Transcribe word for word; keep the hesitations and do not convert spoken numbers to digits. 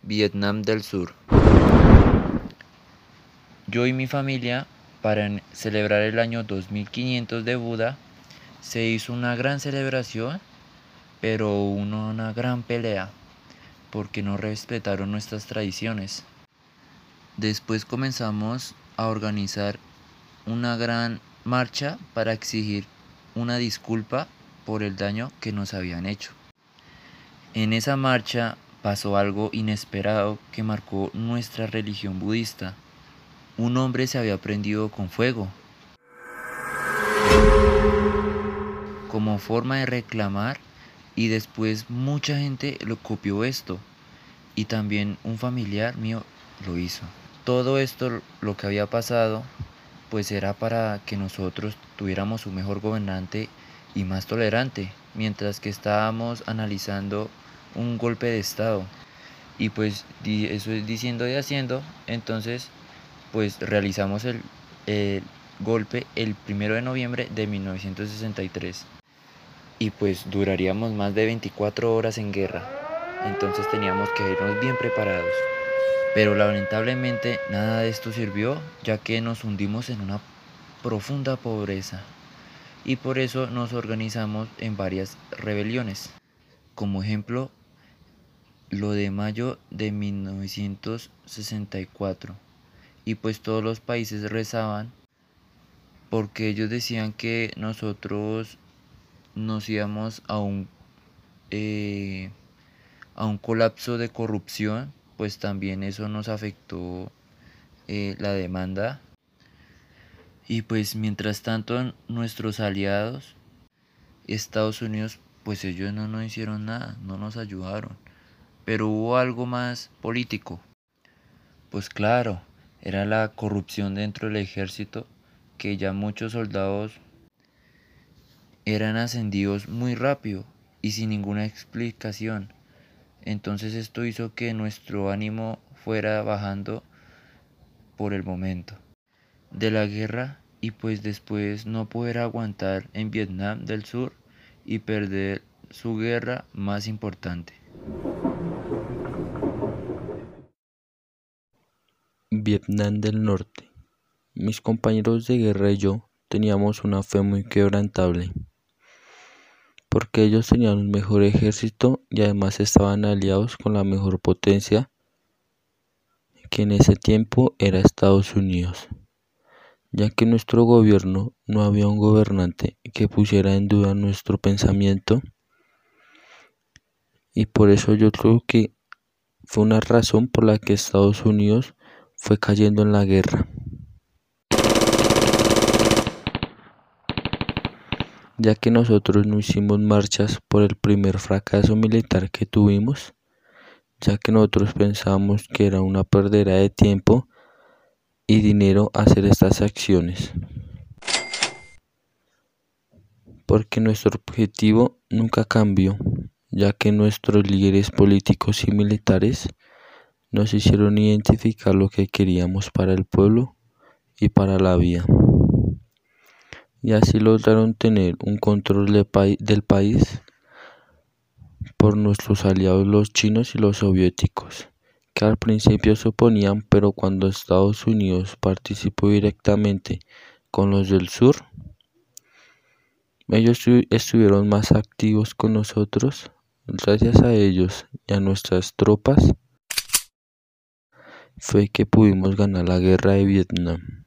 Vietnam del Sur. Yo y mi familia, para celebrar el año dos mil quinientos de Buda, se hizo una gran celebración, pero hubo una gran pelea, porque no respetaron nuestras tradiciones. Después comenzamos a organizar una gran marcha para exigir una disculpa por el daño que nos habían hecho. En esa marcha pasó algo inesperado que marcó nuestra religión budista. Un hombre se había prendido con fuego. Como forma de reclamar, y después mucha gente lo copió esto, y también un familiar mío lo hizo. Todo esto, lo que había pasado, pues era para que nosotros tuviéramos un mejor gobernante y más tolerante, mientras que estábamos analizando un golpe de estado. Y pues eso es diciendo y haciendo, entonces pues realizamos el, el golpe el primero de noviembre de mil novecientos sesenta y tres. Y pues duraríamos más de veinticuatro horas en guerra, entonces teníamos que irnos bien preparados. Pero lamentablemente nada de esto sirvió, ya que nos hundimos en una profunda pobreza, y por eso nos organizamos en varias rebeliones. Como ejemplo, lo de mayo de mil novecientos sesenta y cuatro, y pues todos los países rezaban porque ellos decían que nosotros nos íbamos a un eh, a un colapso de corrupción, pues también eso nos afectó eh, la demanda. Y pues mientras tanto nuestros aliados, Estados Unidos, pues ellos no nos hicieron nada, no nos ayudaron. Pero hubo algo más político. Pues claro, era la corrupción dentro del ejército, que ya muchos soldados eran ascendidos muy rápido y sin ninguna explicación. Entonces esto hizo que nuestro ánimo fuera bajando por el momento de la guerra, y pues después no poder aguantar en Vietnam del Sur y perder su guerra más importante. Vietnam del Norte. Mis compañeros de guerra y yo teníamos una fe muy quebrantable, porque ellos tenían un mejor ejército y además estaban aliados con la mejor potencia, que en ese tiempo era Estados Unidos, ya que nuestro gobierno no había un gobernante que pusiera en duda nuestro pensamiento, y por eso yo creo que fue una razón por la que Estados Unidos fue cayendo en la guerra, ya que nosotros no hicimos marchas por el primer fracaso militar que tuvimos, ya que nosotros pensábamos que era una perdera de tiempo y dinero hacer estas acciones, porque nuestro objetivo nunca cambió, ya que nuestros líderes políticos y militares nos hicieron identificar lo que queríamos para el pueblo y para la vida, y así lograron tener un control de pa- del país por nuestros aliados los chinos y los soviéticos, que al principio se oponían, pero cuando Estados Unidos participó directamente con los del sur, ellos estuvieron más activos con nosotros. Gracias a ellos y a nuestras tropas fue que pudimos ganar la guerra de Vietnam.